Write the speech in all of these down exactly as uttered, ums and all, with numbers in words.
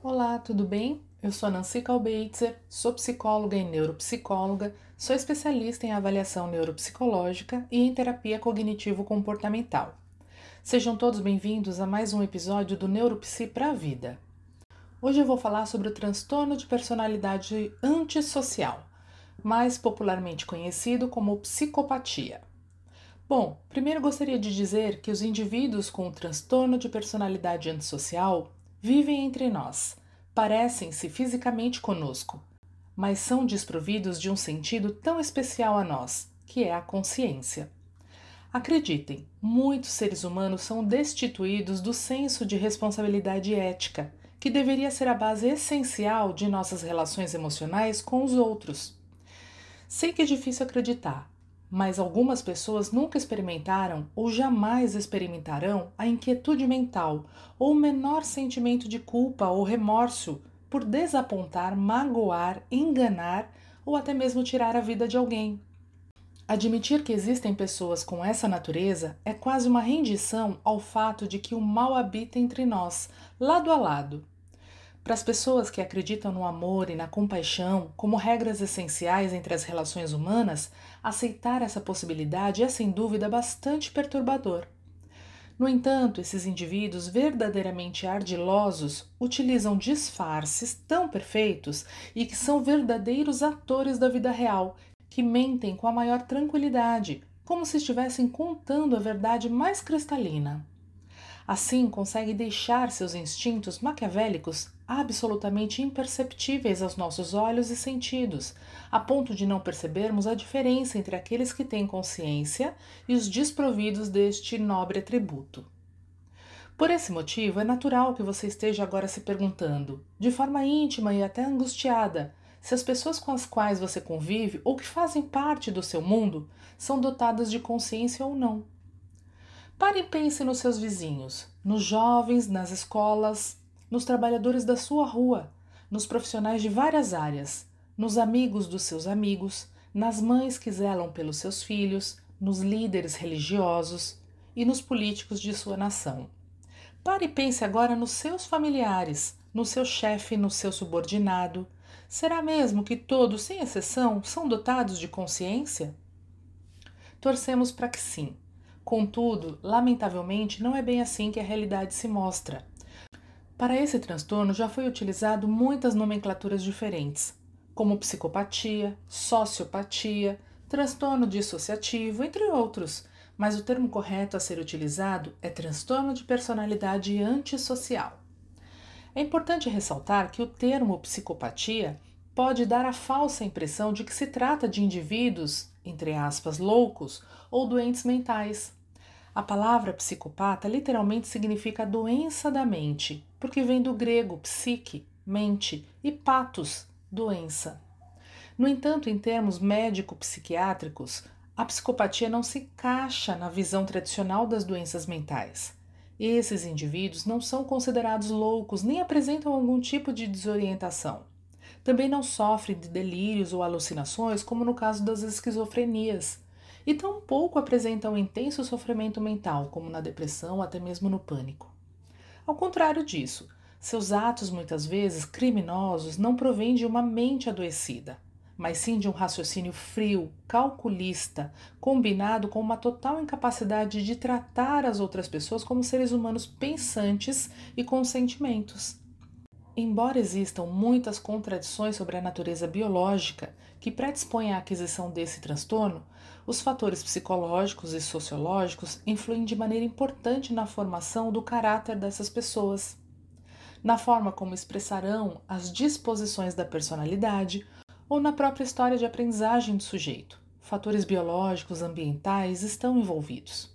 Olá, tudo bem? Eu sou Nancy Kalbeitzer, sou psicóloga e neuropsicóloga, sou especialista em avaliação neuropsicológica e em terapia cognitivo-comportamental. Sejam todos bem-vindos a mais um episódio do Neuropsi para a Vida. Hoje eu vou falar sobre o transtorno de personalidade antissocial, mais popularmente conhecido como psicopatia. Bom, primeiro gostaria de dizer que os indivíduos com o transtorno de personalidade antissocial vivem entre nós, parecem-se fisicamente conosco, mas são desprovidos de um sentido tão especial a nós, que é a consciência. Acreditem, muitos seres humanos são destituídos do senso de responsabilidade ética, que deveria ser a base essencial de nossas relações emocionais com os outros. Sei que é difícil acreditar, mas algumas pessoas nunca experimentaram ou jamais experimentarão a inquietude mental ou o menor sentimento de culpa ou remorso por desapontar, magoar, enganar ou até mesmo tirar a vida de alguém. Admitir que existem pessoas com essa natureza é quase uma rendição ao fato de que o mal habita entre nós, lado a lado. Para as pessoas que acreditam no amor e na compaixão como regras essenciais entre as relações humanas, aceitar essa possibilidade é sem dúvida bastante perturbador. No entanto, esses indivíduos verdadeiramente ardilosos utilizam disfarces tão perfeitos e que são verdadeiros atores da vida real, que mentem com a maior tranquilidade, como se estivessem contando a verdade mais cristalina. Assim, consegue deixar seus instintos maquiavélicos absolutamente imperceptíveis aos nossos olhos e sentidos, a ponto de não percebermos a diferença entre aqueles que têm consciência e os desprovidos deste nobre atributo. Por esse motivo, é natural que você esteja agora se perguntando, de forma íntima e até angustiada, se as pessoas com as quais você convive ou que fazem parte do seu mundo são dotadas de consciência ou não. Pare e pense nos seus vizinhos, nos jovens, nas escolas, nos trabalhadores da sua rua, nos profissionais de várias áreas, nos amigos dos seus amigos, nas mães que zelam pelos seus filhos, nos líderes religiosos e nos políticos de sua nação. Pare e pense agora nos seus familiares, no seu chefe, no seu subordinado. Será mesmo que todos, sem exceção, são dotados de consciência? Torcemos para que sim. Contudo, lamentavelmente, não é bem assim que a realidade se mostra. Para esse transtorno já foi utilizado muitas nomenclaturas diferentes, como psicopatia, sociopatia, transtorno dissociativo, entre outros, mas o termo correto a ser utilizado é transtorno de personalidade antissocial. É importante ressaltar que o termo psicopatia pode dar a falsa impressão de que se trata de indivíduos, entre aspas, loucos ou doentes mentais. A palavra psicopata literalmente significa doença da mente, porque vem do grego psique, mente, e patos, doença. No entanto, em termos médico-psiquiátricos, a psicopatia não se encaixa na visão tradicional das doenças mentais. Esses indivíduos não são considerados loucos nem apresentam algum tipo de desorientação. Também não sofrem de delírios ou alucinações, como no caso das esquizofrenias, e tampouco apresentam intenso sofrimento mental, como na depressão ou até mesmo no pânico. Ao contrário disso, seus atos muitas vezes criminosos não provêm de uma mente adoecida, mas sim de um raciocínio frio, calculista, combinado com uma total incapacidade de tratar as outras pessoas como seres humanos pensantes e com sentimentos. Embora existam muitas contradições sobre a natureza biológica que predispõem à aquisição desse transtorno, os fatores psicológicos e sociológicos influem de maneira importante na formação do caráter dessas pessoas, na forma como expressarão as disposições da personalidade ou na própria história de aprendizagem do sujeito. Fatores biológicos, ambientais estão envolvidos.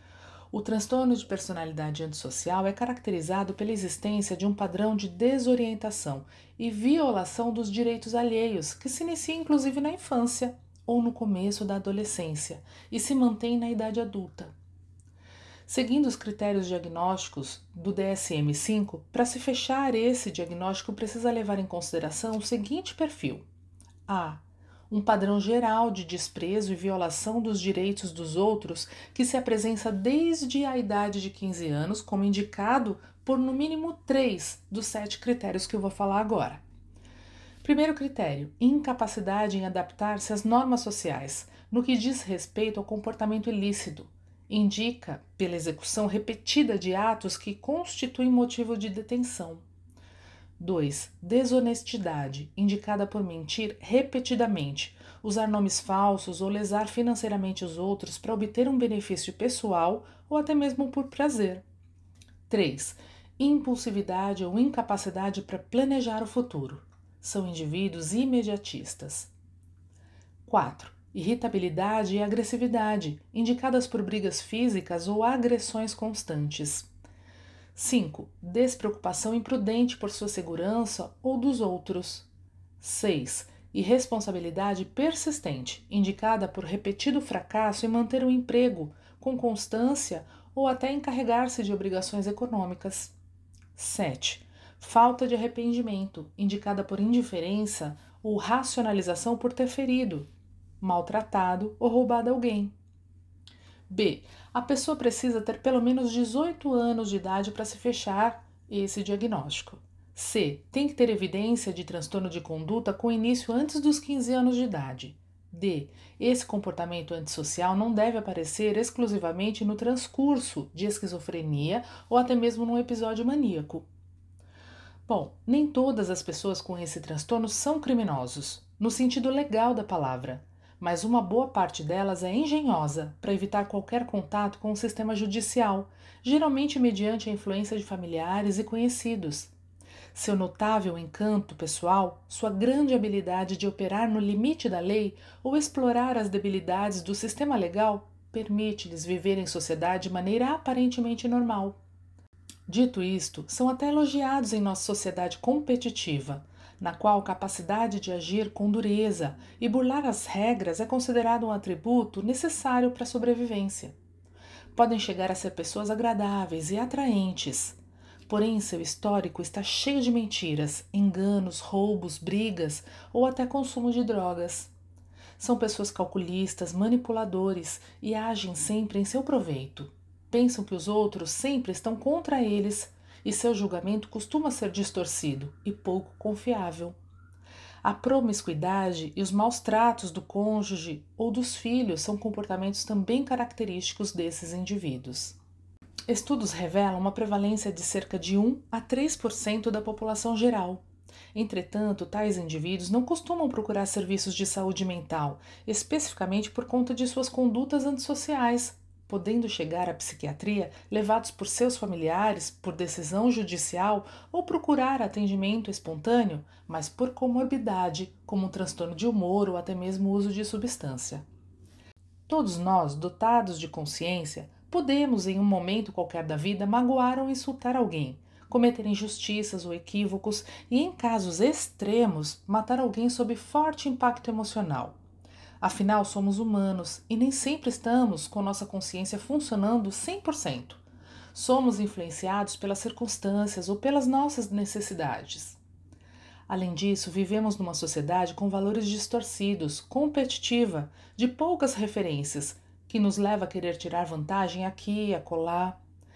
O transtorno de personalidade antissocial é caracterizado pela existência de um padrão de desorientação e violação dos direitos alheios, que se inicia inclusive na infância ou no começo da adolescência e se mantém na idade adulta. Seguindo os critérios diagnósticos do D S M cinco, para se fechar esse diagnóstico precisa levar em consideração o seguinte perfil: A. Um padrão geral de desprezo e violação dos direitos dos outros que se apresenta desde a idade de quinze anos, como indicado por no mínimo três dos sete critérios que eu vou falar agora. Primeiro critério: incapacidade em adaptar-se às normas sociais, no que diz respeito ao comportamento ilícito. Indica pela execução repetida de atos que constituem motivo de detenção. dois. Desonestidade, indicada por mentir repetidamente, usar nomes falsos ou lesar financeiramente os outros para obter um benefício pessoal ou até mesmo por prazer. três. Impulsividade ou incapacidade para planejar o futuro. São indivíduos imediatistas. quatro. Irritabilidade e agressividade, indicadas por brigas físicas ou agressões constantes. cinco. Despreocupação imprudente por sua segurança ou dos outros. seis. Irresponsabilidade persistente, indicada por repetido fracasso em manter um emprego com constância ou até encarregar-se de obrigações econômicas. sete. Falta de arrependimento, indicada por indiferença ou racionalização por ter ferido, maltratado ou roubado alguém. B. A pessoa precisa ter pelo menos dezoito anos de idade para se fechar esse diagnóstico. C. Tem que ter evidência de transtorno de conduta com início antes dos quinze anos de idade. D. Esse comportamento antissocial não deve aparecer exclusivamente no transcurso de esquizofrenia ou até mesmo num episódio maníaco. Bom, nem todas as pessoas com esse transtorno são criminosos, no sentido legal da palavra, mas uma boa parte delas é engenhosa para evitar qualquer contato com o sistema judicial, geralmente mediante a influência de familiares e conhecidos. Seu notável encanto pessoal, sua grande habilidade de operar no limite da lei ou explorar as debilidades do sistema legal permite-lhes viver em sociedade de maneira aparentemente normal. Dito isto, são até elogiados em nossa sociedade competitiva, na qual a capacidade de agir com dureza e burlar as regras é considerado um atributo necessário para a sobrevivência. Podem chegar a ser pessoas agradáveis e atraentes, porém seu histórico está cheio de mentiras, enganos, roubos, brigas ou até consumo de drogas. São pessoas calculistas, manipuladores e agem sempre em seu proveito. Pensam que os outros sempre estão contra eles e seu julgamento costuma ser distorcido e pouco confiável. A promiscuidade e os maus tratos do cônjuge ou dos filhos são comportamentos também característicos desses indivíduos. Estudos revelam uma prevalência de cerca de um a três por cento da população geral. Entretanto, tais indivíduos não costumam procurar serviços de saúde mental, especificamente por conta de suas condutas antissociais, podendo chegar à psiquiatria levados por seus familiares, por decisão judicial ou procurar atendimento espontâneo, mas por comorbidade, como um transtorno de humor ou até mesmo uso de substância. Todos nós, dotados de consciência, podemos, em um momento qualquer da vida, magoar ou insultar alguém, cometer injustiças ou equívocos e, em casos extremos, matar alguém sob forte impacto emocional. Afinal, somos humanos e nem sempre estamos com nossa consciência funcionando cem por cento. Somos influenciados pelas circunstâncias ou pelas nossas necessidades. Além disso, vivemos numa sociedade com valores distorcidos, competitiva, de poucas referências, que nos leva a querer tirar vantagem aqui e acolá.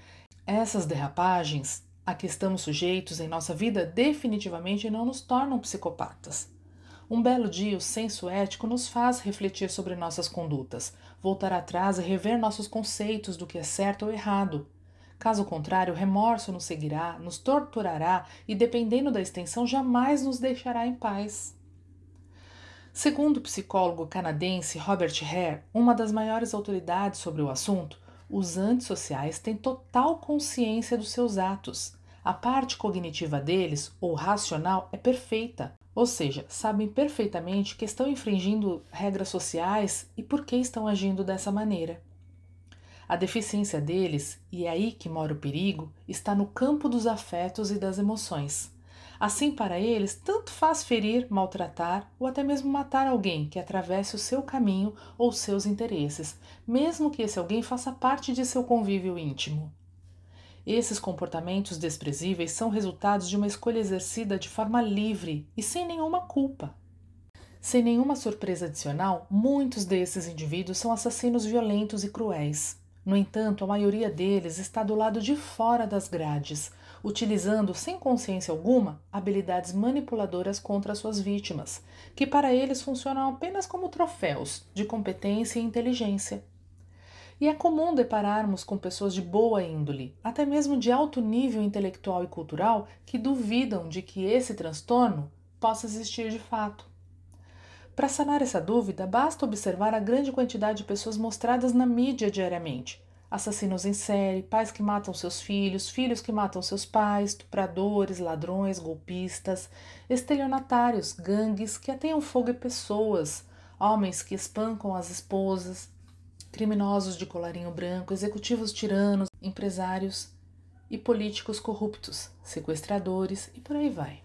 Essas derrapagens a que estamos sujeitos em nossa vida definitivamente não nos tornam psicopatas. Um belo dia, o senso ético nos faz refletir sobre nossas condutas, voltar atrás e rever nossos conceitos do que é certo ou errado. Caso contrário, o remorso nos seguirá, nos torturará e, dependendo da extensão, jamais nos deixará em paz. Segundo o psicólogo canadense Robert Hare, uma das maiores autoridades sobre o assunto, os antissociais têm total consciência dos seus atos. A parte cognitiva deles, ou racional, é perfeita. Ou seja, sabem perfeitamente que estão infringindo regras sociais e por que estão agindo dessa maneira. A deficiência deles, e é aí que mora o perigo, está no campo dos afetos e das emoções. Assim, para eles, tanto faz ferir, maltratar ou até mesmo matar alguém que atravesse o seu caminho ou seus interesses, mesmo que esse alguém faça parte de seu convívio íntimo. Esses comportamentos desprezíveis são resultados de uma escolha exercida de forma livre e sem nenhuma culpa. Sem nenhuma surpresa adicional, muitos desses indivíduos são assassinos violentos e cruéis. No entanto, a maioria deles está do lado de fora das grades, utilizando sem consciência alguma habilidades manipuladoras contra suas vítimas, que para eles funcionam apenas como troféus de competência e inteligência. E é comum depararmos com pessoas de boa índole, até mesmo de alto nível intelectual e cultural, que duvidam de que esse transtorno possa existir de fato. Para sanar essa dúvida, basta observar a grande quantidade de pessoas mostradas na mídia diariamente. Assassinos em série, pais que matam seus filhos, filhos que matam seus pais, estupradores, ladrões, golpistas, estelionatários, gangues que ateiam fogo em pessoas, homens que espancam as esposas, criminosos de colarinho branco, executivos tiranos, empresários e políticos corruptos, sequestradores e por aí vai.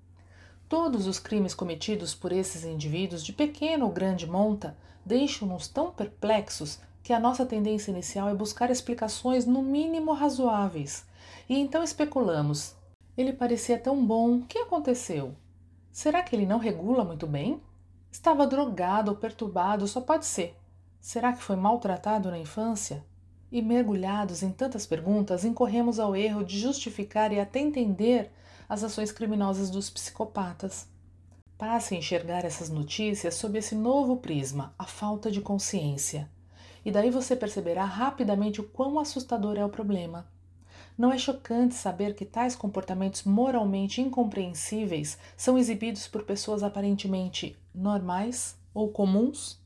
Todos os crimes cometidos por esses indivíduos, de pequena ou grande monta, deixam-nos tão perplexos que a nossa tendência inicial é buscar explicações no mínimo razoáveis. E então especulamos. Ele parecia tão bom, o que aconteceu? Será que ele não regula muito bem? Estava drogado ou perturbado, só pode ser. Será que foi maltratado na infância? E mergulhados em tantas perguntas, incorremos ao erro de justificar e até entender as ações criminosas dos psicopatas. Passe a enxergar essas notícias sob esse novo prisma, a falta de consciência. E daí você perceberá rapidamente o quão assustador é o problema. Não é chocante saber que tais comportamentos moralmente incompreensíveis são exibidos por pessoas aparentemente normais ou comuns?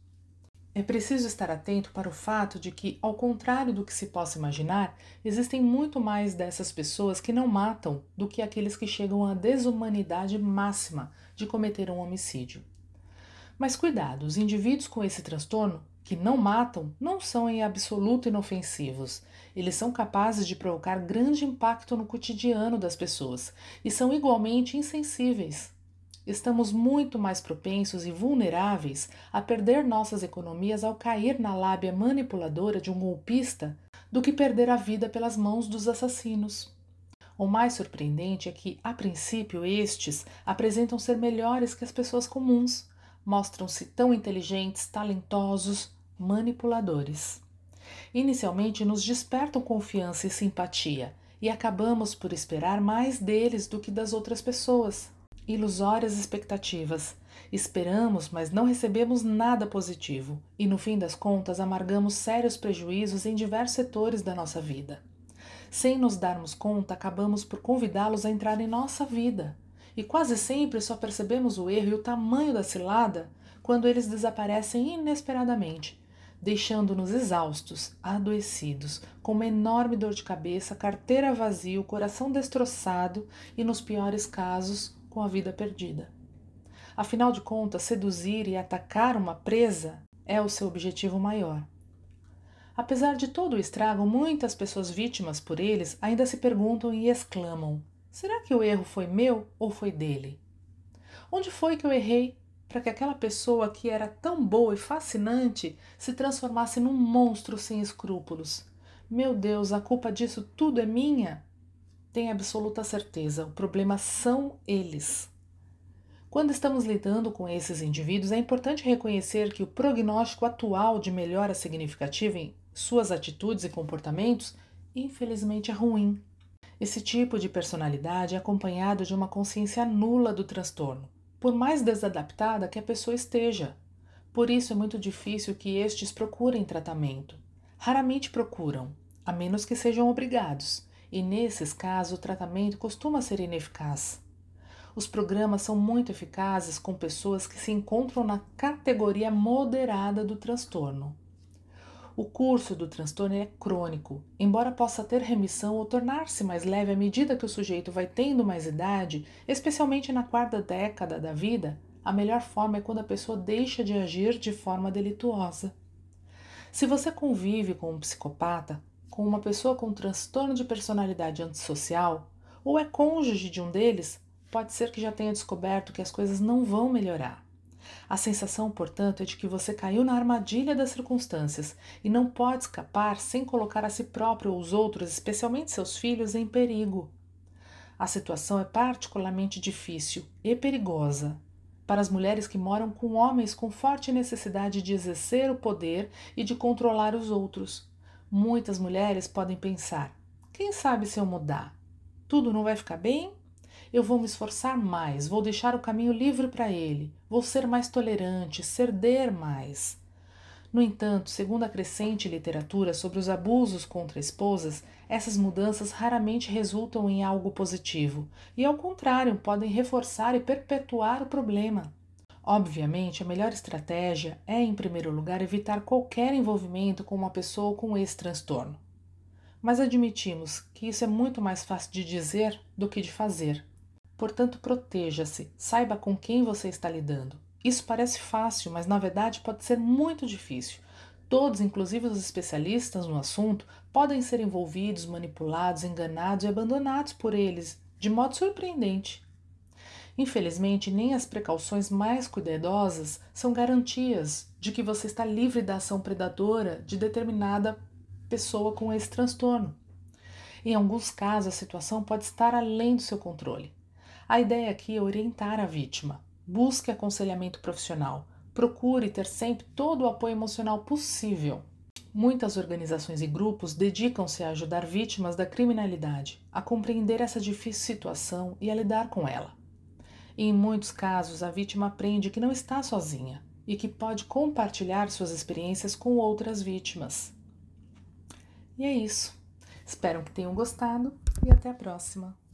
É preciso estar atento para o fato de que, ao contrário do que se possa imaginar, existem muito mais dessas pessoas que não matam do que aqueles que chegam à desumanidade máxima de cometer um homicídio. Mas cuidado, os indivíduos com esse transtorno, que não matam, não são em absoluto inofensivos. Eles são capazes de provocar grande impacto no cotidiano das pessoas e são igualmente insensíveis. Estamos muito mais propensos e vulneráveis a perder nossas economias ao cair na lábia manipuladora de um golpista do que perder a vida pelas mãos dos assassinos. O mais surpreendente é que, a princípio, estes apresentam ser melhores que as pessoas comuns, mostram-se tão inteligentes, talentosos, manipuladores. Inicialmente nos despertam confiança e simpatia e acabamos por esperar mais deles do que das outras pessoas. Ilusórias expectativas. Esperamos, mas não recebemos nada positivo e, no fim das contas, amargamos sérios prejuízos em diversos setores da nossa vida. Sem nos darmos conta, acabamos por convidá-los a entrar em nossa vida e quase sempre só percebemos o erro e o tamanho da cilada quando eles desaparecem inesperadamente, deixando-nos exaustos, adoecidos, com uma enorme dor de cabeça, carteira vazia, o coração destroçado e, nos piores casos, com a vida perdida. Afinal de contas, seduzir e atacar uma presa é o seu objetivo maior. Apesar de todo o estrago, muitas pessoas vítimas por eles ainda se perguntam e exclamam: será que o erro foi meu ou foi dele? Onde foi que eu errei para que aquela pessoa que era tão boa e fascinante se transformasse num monstro sem escrúpulos? Meu Deus, a culpa disso tudo é minha? Tenha absoluta certeza, o problema são eles. Quando estamos lidando com esses indivíduos, é importante reconhecer que o prognóstico atual de melhora significativa em suas atitudes e comportamentos, infelizmente, é ruim. Esse tipo de personalidade é acompanhado de uma consciência nula do transtorno, por mais desadaptada que a pessoa esteja. Por isso é muito difícil que estes procurem tratamento. Raramente procuram, a menos que sejam obrigados. E nesses casos o tratamento costuma ser ineficaz. Os programas são muito eficazes com pessoas que se encontram na categoria moderada do transtorno. O curso do transtorno é crônico, embora possa ter remissão ou tornar-se mais leve à medida que o sujeito vai tendo mais idade, especialmente na quarta década da vida, a melhor forma é quando a pessoa deixa de agir de forma delituosa. Se você convive com um psicopata, com uma pessoa com transtorno de personalidade antissocial, ou é cônjuge de um deles, pode ser que já tenha descoberto que as coisas não vão melhorar. A sensação, portanto, é de que você caiu na armadilha das circunstâncias e não pode escapar sem colocar a si próprio ou os outros, especialmente seus filhos, em perigo. A situação é particularmente difícil e perigosa para as mulheres que moram com homens com forte necessidade de exercer o poder e de controlar os outros. Muitas mulheres podem pensar: quem sabe se eu mudar? Tudo não vai ficar bem? Eu vou me esforçar mais, vou deixar o caminho livre para ele, vou ser mais tolerante, ceder mais. No entanto, segundo a crescente literatura sobre os abusos contra esposas, essas mudanças raramente resultam em algo positivo e, ao contrário, podem reforçar e perpetuar o problema. Obviamente, a melhor estratégia é, em primeiro lugar, evitar qualquer envolvimento com uma pessoa com esse transtorno. Mas admitimos que isso é muito mais fácil de dizer do que de fazer. Portanto, proteja-se, saiba com quem você está lidando. Isso parece fácil, mas na verdade pode ser muito difícil. Todos, inclusive os especialistas no assunto, podem ser envolvidos, manipulados, enganados e abandonados por eles, de modo surpreendente. Infelizmente, nem as precauções mais cuidadosas são garantias de que você está livre da ação predadora de determinada pessoa com esse transtorno. Em alguns casos, a situação pode estar além do seu controle. A ideia aqui é orientar a vítima. Busque aconselhamento profissional. Procure ter sempre todo o apoio emocional possível. Muitas organizações e grupos dedicam-se a ajudar vítimas da criminalidade, a compreender essa difícil situação e a lidar com ela. E em muitos casos, a vítima aprende que não está sozinha e que pode compartilhar suas experiências com outras vítimas. E é isso. Espero que tenham gostado e até a próxima.